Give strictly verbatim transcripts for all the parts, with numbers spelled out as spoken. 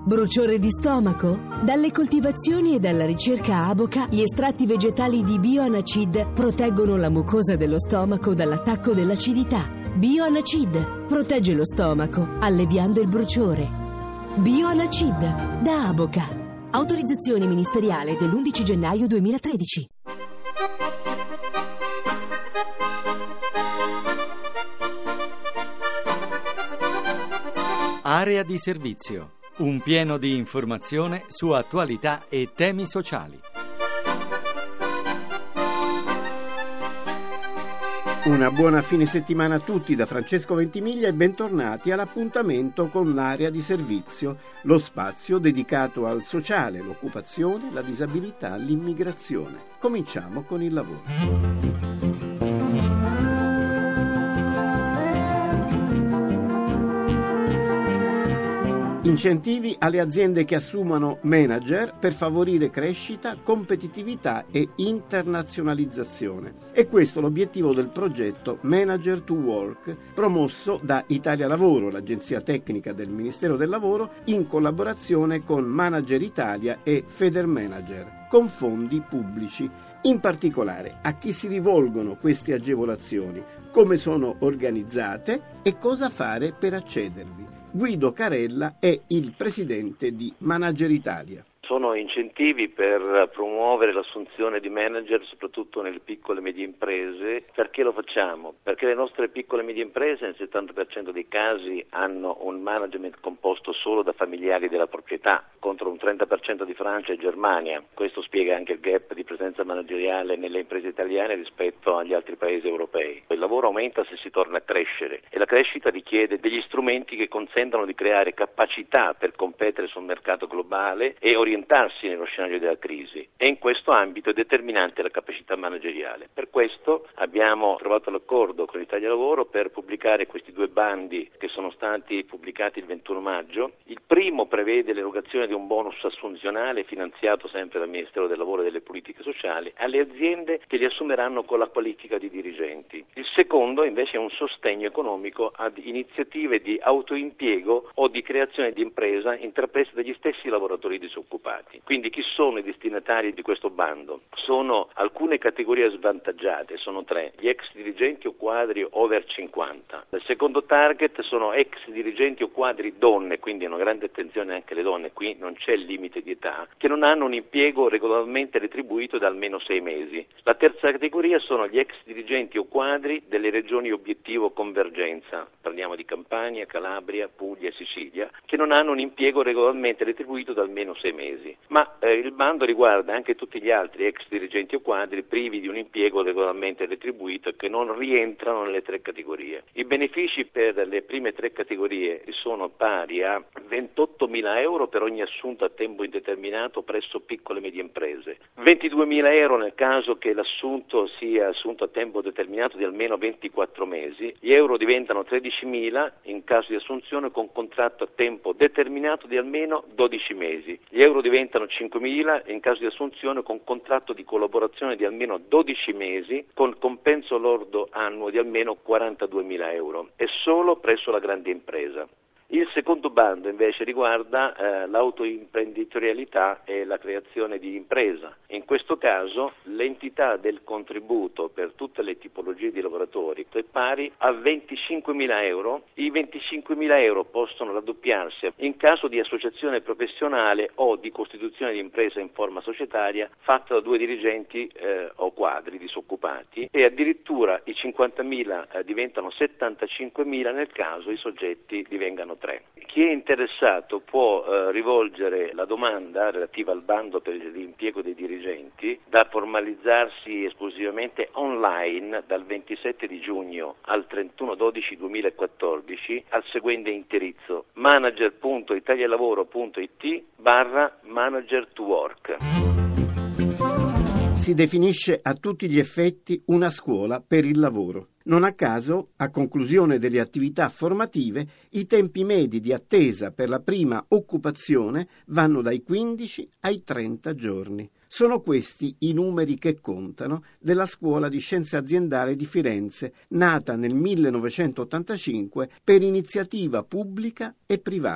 Bruciore di stomaco? Dalle coltivazioni e dalla ricerca Aboca, gli estratti vegetali di Bioanacid proteggono la mucosa dello stomaco dall'attacco dell'acidità. Bioanacid protegge lo stomaco, alleviando il bruciore. Bioanacid da Aboca. Autorizzazione ministeriale dell'undici gennaio duemilatredici. Area di servizio. Un pieno di informazione su attualità e temi sociali. Una buona fine settimana a tutti da Francesco Ventimiglia e bentornati all'appuntamento con l'Area di servizio, lo spazio dedicato al sociale, l'occupazione, la disabilità, l'immigrazione. Cominciamo con il lavoro. Incentivi alle aziende che assumono manager per favorire crescita, competitività e internazionalizzazione. E questo l'obiettivo del progetto Manager to Work, promosso da Italia Lavoro, l'agenzia tecnica del Ministero del Lavoro, in collaborazione con Manager Italia e Federmanager, con fondi pubblici. In particolare, a chi si rivolgono queste agevolazioni, come sono organizzate e cosa fare per accedervi. Guido Carella è il presidente di Manager Italia. Sono incentivi per promuovere l'assunzione di manager soprattutto nelle piccole e medie imprese. Perché lo facciamo? Perché le nostre piccole e medie imprese nel settanta per cento dei casi hanno un management composto solo da familiari della proprietà, contro un trenta per cento di Francia e Germania. Questo spiega anche il gap di presenza manageriale nelle imprese italiane rispetto agli altri paesi europei. Il lavoro aumenta se si torna a crescere e la crescita richiede degli strumenti che consentano di creare capacità per competere sul mercato globale e orientarsi nello scenario della crisi, e in questo ambito è determinante la capacità manageriale. Per questo abbiamo trovato l'accordo con Italia Lavoro per pubblicare questi due bandi che sono stati pubblicati il ventuno maggio. Il primo prevede l'erogazione di un bonus assunzionale finanziato sempre dal Ministero del Lavoro e delle Politiche Sociali alle aziende che li assumeranno con la qualifica di dirigenti. Il secondo invece è un sostegno economico ad iniziative di autoimpiego o di creazione di impresa intraprese dagli stessi lavoratori disoccupati. Quindi chi sono i destinatari di questo bando? Sono alcune categorie svantaggiate, sono tre: gli ex dirigenti o quadri over cinquanta. Il secondo target sono ex dirigenti o quadri donne, quindi una grande attenzione anche alle donne, qui non c'è il limite di età, che non hanno un impiego regolarmente retribuito da almeno sei mesi. La terza categoria sono gli ex dirigenti o quadri delle regioni obiettivo convergenza, parliamo di Campania, Calabria, Puglia e Sicilia, che non hanno un impiego regolarmente retribuito da almeno sei mesi. Ma eh, il bando riguarda anche tutti gli altri ex dirigenti o quadri privi di un impiego regolarmente retribuito e che non rientrano nelle tre categorie. I benefici per le prime tre categorie sono pari a ventottomila euro per ogni assunto a tempo indeterminato presso piccole e medie imprese, ventiduemila euro nel caso che l'assunto sia assunto a tempo determinato di almeno ventiquattro mesi, gli euro diventano tredicimila in caso di assunzione con contratto a tempo determinato di almeno dodici mesi, gli euro diventano cinquemila in caso di assunzione con contratto di collaborazione di almeno dodici mesi con compenso lordo annuo di almeno quarantaduemila euro e solo presso la grande impresa. Il secondo bando invece riguarda eh, l'autoimprenditorialità e la creazione di impresa. In questo caso l'entità del contributo per tutte le tipologie di lavoratori è pari a venticinquemila euro. I venticinquemila euro possono raddoppiarsi in caso di associazione professionale o di costituzione di impresa in forma societaria fatta da due dirigenti eh, o quadri disoccupati, e addirittura i cinquantamila eh, diventano settantacinquemila nel caso i soggetti divengano tre. Chi è interessato può eh, rivolgere la domanda relativa al bando per l'impiego dei dirigenti, da formalizzarsi esclusivamente online dal ventisette di giugno al trentuno dodici duemilaquattordici al seguente indirizzo: manager punto italialavoro punto it barra manager to work. Si definisce a tutti gli effetti una scuola per il lavoro. Non a caso, a conclusione delle attività formative, i tempi medi di attesa per la prima occupazione vanno dai quindici ai trenta giorni. Sono questi i numeri che contano della Scuola di Scienze Aziendali di Firenze, nata nel millenovecentottantacinque per iniziativa pubblica e privata.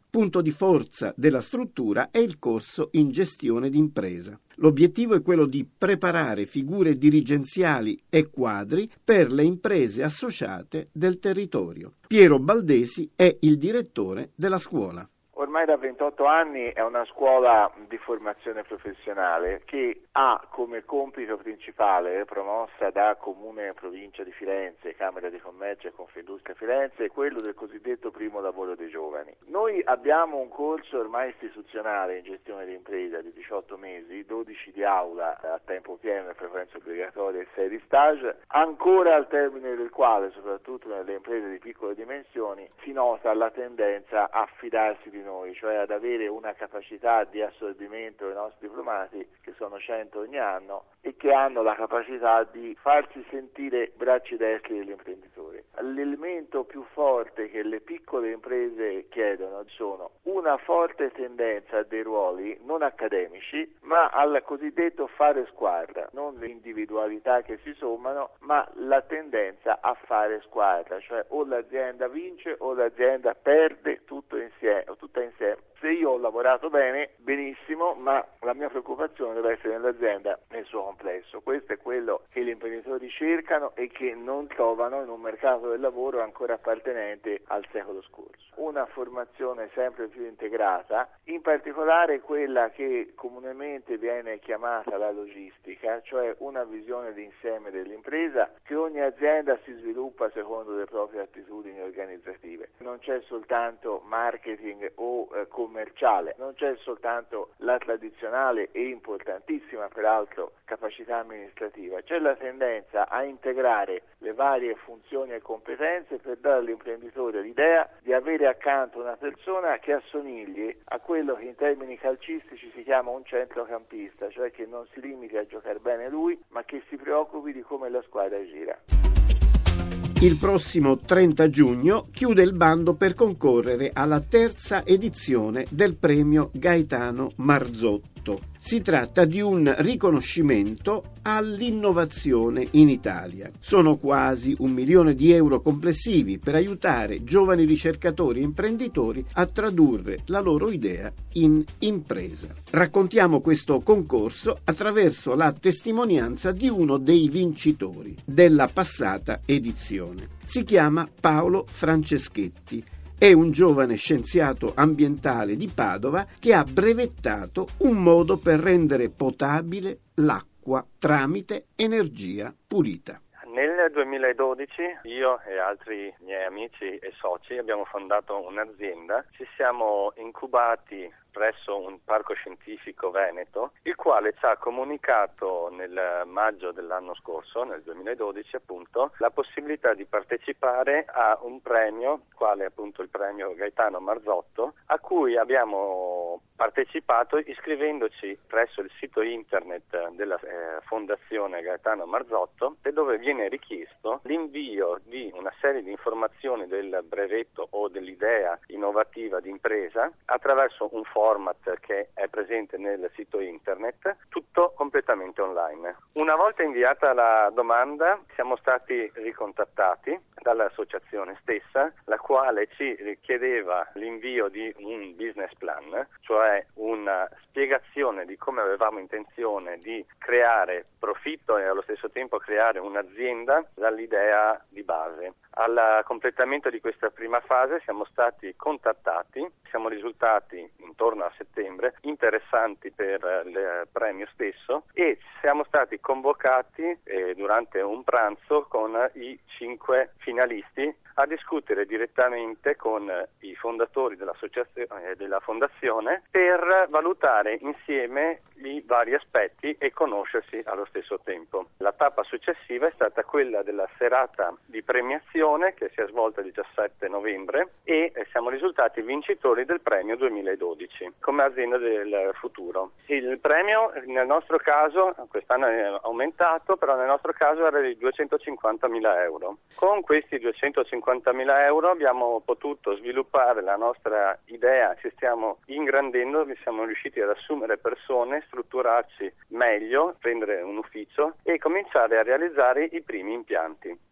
Punto di forza della struttura è il corso in gestione d'impresa. L'obiettivo è quello di preparare figure dirigenziali e quadri per le imprese associate del territorio. Piero Baldesi è il direttore della scuola. Ormai da ventotto anni è una scuola di formazione professionale che ha come compito principale, promossa da Comune e Provincia di Firenze, Camera di Commercio e Confindustria Firenze, quello del cosiddetto primo lavoro dei giovani. Noi abbiamo un corso ormai istituzionale in gestione di impresa di diciotto mesi, dodici di aula a tempo pieno e frequenza obbligatoria e sei di stage, ancora al termine del quale, soprattutto nelle imprese di piccole dimensioni, si nota la tendenza a fidarsi di noi, cioè ad avere una capacità di assorbimento dei nostri diplomati, che sono cento ogni anno, e che hanno la capacità di farsi sentire bracci destri degli imprenditori. L'elemento più forte che le piccole imprese chiedono sono una forte tendenza a dei ruoli non accademici, ma al cosiddetto fare squadra, non le individualità che si sommano, ma la tendenza a fare squadra, cioè o l'azienda vince o l'azienda perde tutto insieme, tutta insieme. Se io ho lavorato bene, benissimo, ma la mia preoccupazione deve essere nell'azienda nel suo complesso. Questo è quello che gli imprenditori cercano e che non trovano in un mercato del lavoro ancora appartenente al secolo scorso. Una formazione sempre più integrata, in particolare quella che comunemente viene chiamata la logistica, cioè una visione d'insieme dell'impresa, che ogni azienda si sviluppa secondo le proprie attitudini organizzative. Non c'è soltanto marketing o eh, commerciale, non c'è soltanto la tradizionale e importantissima peraltro capacità amministrativa, c'è la tendenza a integrare le varie funzioni e competenze per dare all'imprenditore l'idea di avere accanto una persona che assomigli a quello che in termini calcistici si chiama un centrocampista, cioè che non si limiti a giocare bene lui, ma che si preoccupi di come la squadra gira. Il prossimo trenta giugno chiude il bando per concorrere alla terza edizione del premio Gaetano Marzotto. Si tratta di un riconoscimento all'innovazione in Italia. Sono quasi un milione di euro complessivi per aiutare giovani ricercatori e imprenditori a tradurre la loro idea in impresa. Raccontiamo questo concorso attraverso la testimonianza di uno dei vincitori della passata edizione. Si chiama Paolo Franceschetti. È un giovane scienziato ambientale di Padova che ha brevettato un modo per rendere potabile l'acqua tramite energia pulita. Nel duemiladodici io e altri miei amici e soci abbiamo fondato un'azienda, ci siamo incubati presso un parco scientifico veneto, il quale ci ha comunicato nel maggio dell'anno scorso, nel duemiladodici appunto, la possibilità di partecipare a un premio, quale appunto il premio Gaetano Marzotto, a cui abbiamo partecipato iscrivendoci presso il sito internet della eh, Fondazione Gaetano Marzotto, dove viene richiesto l'invio di una serie di informazioni del brevetto o dell'idea innovativa di impresa attraverso un format che è presente nel sito internet, tutto completamente online. Una volta inviata la domanda siamo stati ricontattati dall'associazione stessa, la quale ci richiedeva l'invio di un business plan, cioè una spiegazione di come avevamo intenzione di creare profitto e allo stesso tempo creare un'azienda dall'idea di base. Al completamento di questa prima fase siamo stati contattati, siamo risultati intorno a settembre interessanti per il premio stesso e siamo stati convocati eh, durante un pranzo con i cinque finalisti a discutere direttamente con i fondatori dell'associazione e della fondazione per valutare insieme i vari aspetti e conoscersi allo stesso tempo. La tappa successiva è stata quella della serata di premiazione che si è svolta il diciassette novembre e siamo risultati vincitori del premio duemiladodici come azienda del futuro. Il premio nel nostro caso, quest'anno è aumentato, però nel nostro caso era di duecentocinquantamila euro. Con questi duecentocinquantamila euro abbiamo potuto sviluppare la nostra idea, ci stiamo ingrandendo, siamo riusciti ad assumere persone, strutturarci meglio, prendere un ufficio e cominciare a realizzare i primi impianti.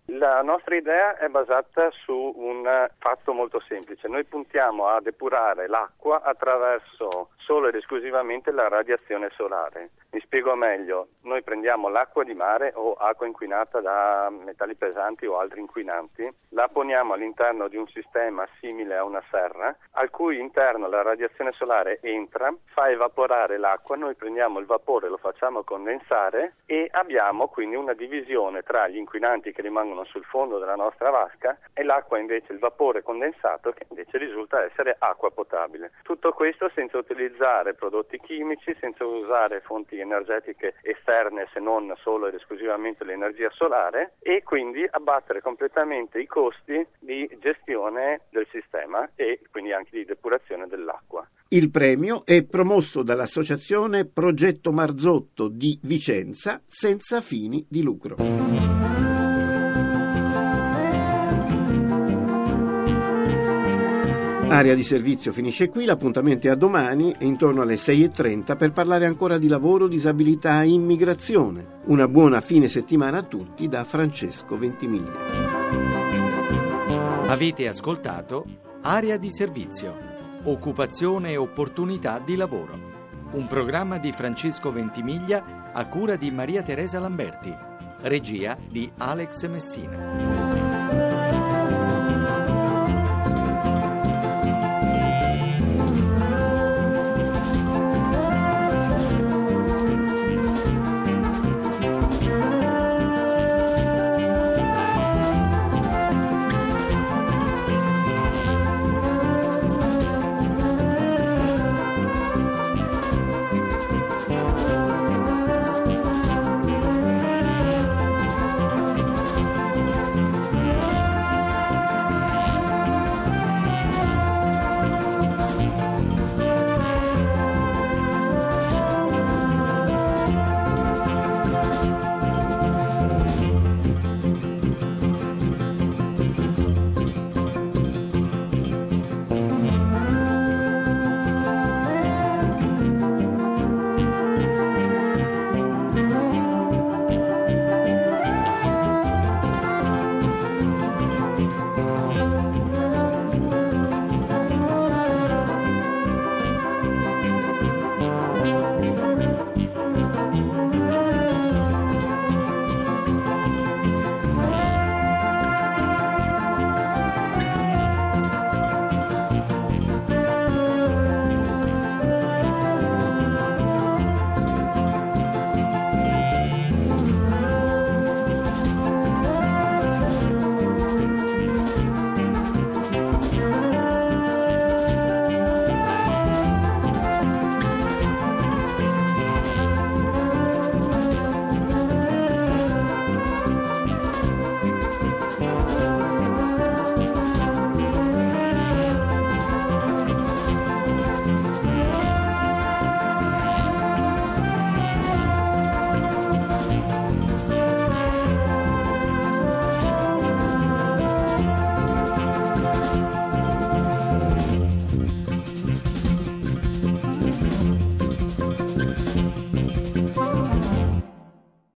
La nostra idea è basata su un fatto molto semplice. Noi puntiamo a depurare l'acqua attraverso solo ed esclusivamente la radiazione solare. Mi spiego meglio. Noi prendiamo l'acqua di mare o acqua inquinata da metalli pesanti o altri inquinanti, la poniamo all'interno di un sistema simile a una serra, al cui interno la radiazione solare entra, fa evaporare l'acqua, noi prendiamo il vapore, lo facciamo condensare e abbiamo quindi una divisione tra gli inquinanti che rimangono sul fondo della nostra vasca e l'acqua invece, il vapore condensato, che invece risulta essere acqua potabile. Tutto questo senza utilizzare prodotti chimici, senza usare fonti energetiche esterne se non solo ed esclusivamente l'energia solare, e quindi abbattere completamente i costi di gestione del sistema e quindi anche di depurazione dell'acqua. Il premio è promosso dall'associazione Progetto Marzotto di Vicenza senza fini di lucro. Area di servizio finisce qui, l'appuntamento è a domani e intorno alle sei e trenta per parlare ancora di lavoro, disabilità e immigrazione. Una buona fine settimana a tutti da Francesco Ventimiglia. Avete ascoltato Area di servizio, occupazione e opportunità di lavoro. Un programma di Francesco Ventimiglia a cura di Maria Teresa Lamberti, regia di Alex Messina.